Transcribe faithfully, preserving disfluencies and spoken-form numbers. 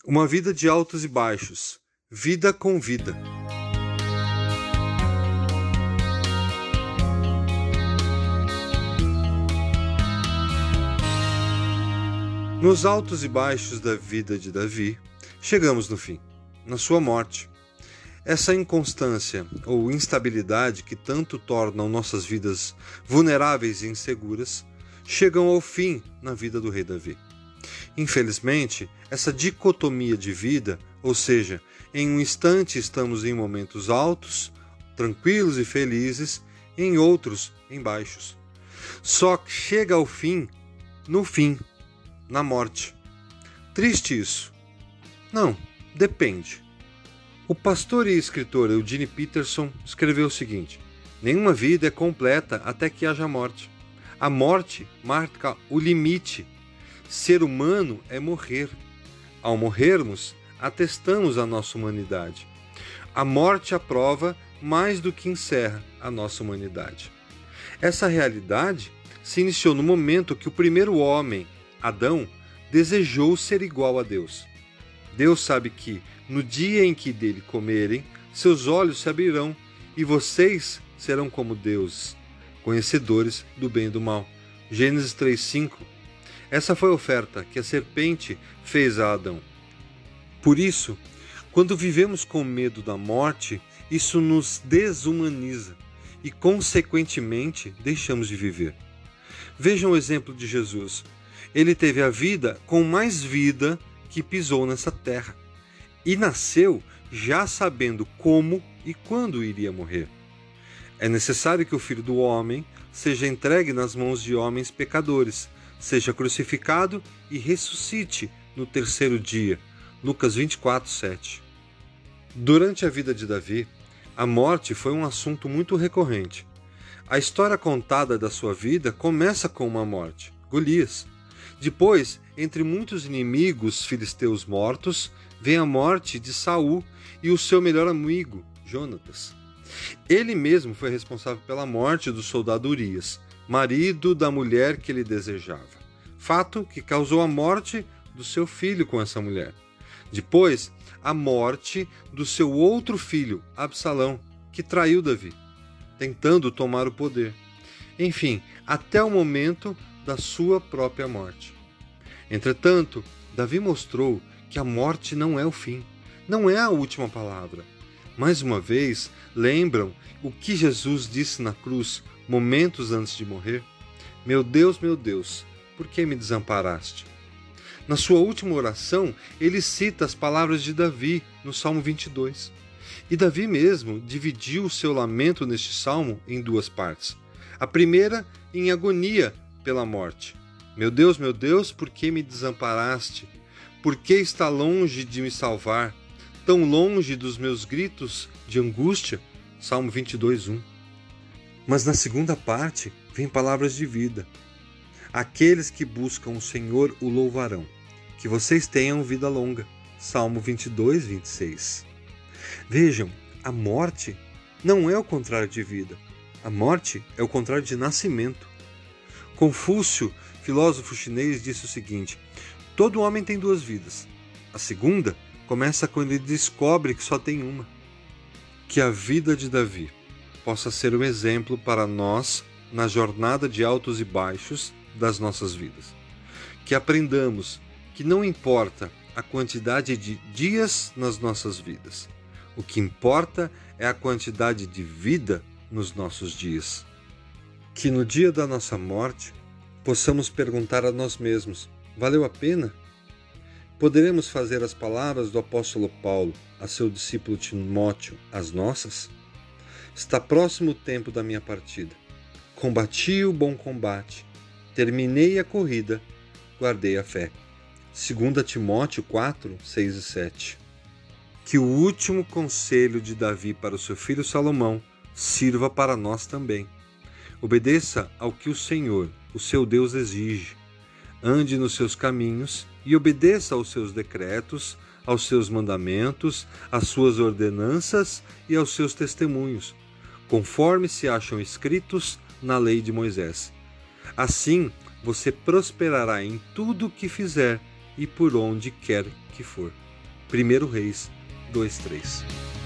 Uma vida de altos e baixos, vida com vida. Nos altos e baixos da vida de Davi, chegamos no fim, na sua morte. Essa inconstância ou instabilidade que tanto tornam nossas vidas vulneráveis e inseguras, chegam ao fim na vida do rei Davi. Infelizmente, essa dicotomia de vida, ou seja, em um instante estamos em momentos altos, tranquilos e felizes, em outros, em baixos. Só chega ao fim, no fim, na morte. Triste isso? Não, depende. O pastor e escritor Eugene Peterson escreveu o seguinte: nenhuma vida é completa até que haja morte. A morte marca o limite. Ser humano é morrer. Ao morrermos, atestamos a nossa humanidade. A morte aprova mais do que encerra a nossa humanidade. Essa realidade se iniciou no momento que o primeiro homem, Adão, desejou ser igual a Deus. Deus sabe que, no dia em que dele comerem, seus olhos se abrirão e vocês serão como deuses, conhecedores do bem e do mal. Gênesis três, cinco. Essa foi a oferta que a serpente fez a Adão. Por isso, quando vivemos com medo da morte, isso nos desumaniza e, consequentemente, deixamos de viver. Vejam o exemplo de Jesus. Ele teve a vida com mais vida que pisou nessa terra e nasceu já sabendo como e quando iria morrer. É necessário que o Filho do Homem seja entregue nas mãos de homens pecadores, seja crucificado e ressuscite no terceiro dia. Lucas vinte e quatro, sete. Durante a vida de Davi, a morte foi um assunto muito recorrente. A história contada da sua vida começa com uma morte, Golias. Depois, entre muitos inimigos filisteus mortos, vem a morte de Saul e o seu melhor amigo, Jonatas. Ele mesmo foi responsável pela morte do soldado Urias, marido da mulher que ele desejava. Fato que causou a morte do seu filho com essa mulher. Depois, a morte do seu outro filho, Absalão, que traiu Davi, tentando tomar o poder. Enfim, até o momento da sua própria morte. Entretanto, Davi mostrou que a morte não é o fim, não é a última palavra. Mais uma vez, lembram o que Jesus disse na cruz momentos antes de morrer? Meu Deus, meu Deus, por que me desamparaste? Na sua última oração, ele cita as palavras de Davi no Salmo vinte e dois. E Davi mesmo dividiu o seu lamento neste salmo em duas partes. A primeira, em agonia pela morte. Meu Deus, meu Deus, por que me desamparaste? Por que está longe de me salvar? Tão longe dos meus gritos de angústia? Salmo vinte e dois, um. Mas na segunda parte, vem palavras de vida. Aqueles que buscam o Senhor o louvarão. Que vocês tenham vida longa. Salmo vinte e dois, vinte e seis. Vejam, a morte não é o contrário de vida. A morte é o contrário de nascimento. Confúcio, filósofo chinês, disse o seguinte: todo homem tem duas vidas. A segunda começa quando ele descobre que só tem uma. Que a vida de Davi possa ser um exemplo para nós na jornada de altos e baixos das nossas vidas. Que aprendamos que não importa a quantidade de dias nas nossas vidas. O que importa é a quantidade de vida nos nossos dias. Que no dia da nossa morte possamos perguntar a nós mesmos: valeu a pena? Poderemos fazer as palavras do apóstolo Paulo a seu discípulo Timóteo as nossas? Está próximo o tempo da minha partida. Combati o bom combate, terminei a corrida, guardei a fé. Segunda Timóteo quatro, seis e sete. Que o último conselho de Davi para o seu filho Salomão sirva para nós também. Obedeça ao que o Senhor, o seu Deus, exige. Ande nos seus caminhos e obedeça aos seus decretos, aos seus mandamentos, às suas ordenanças e aos seus testemunhos, conforme se acham escritos na lei de Moisés. Assim, você prosperará em tudo o que fizer e por onde quer que for. primeiro Reis dois, três.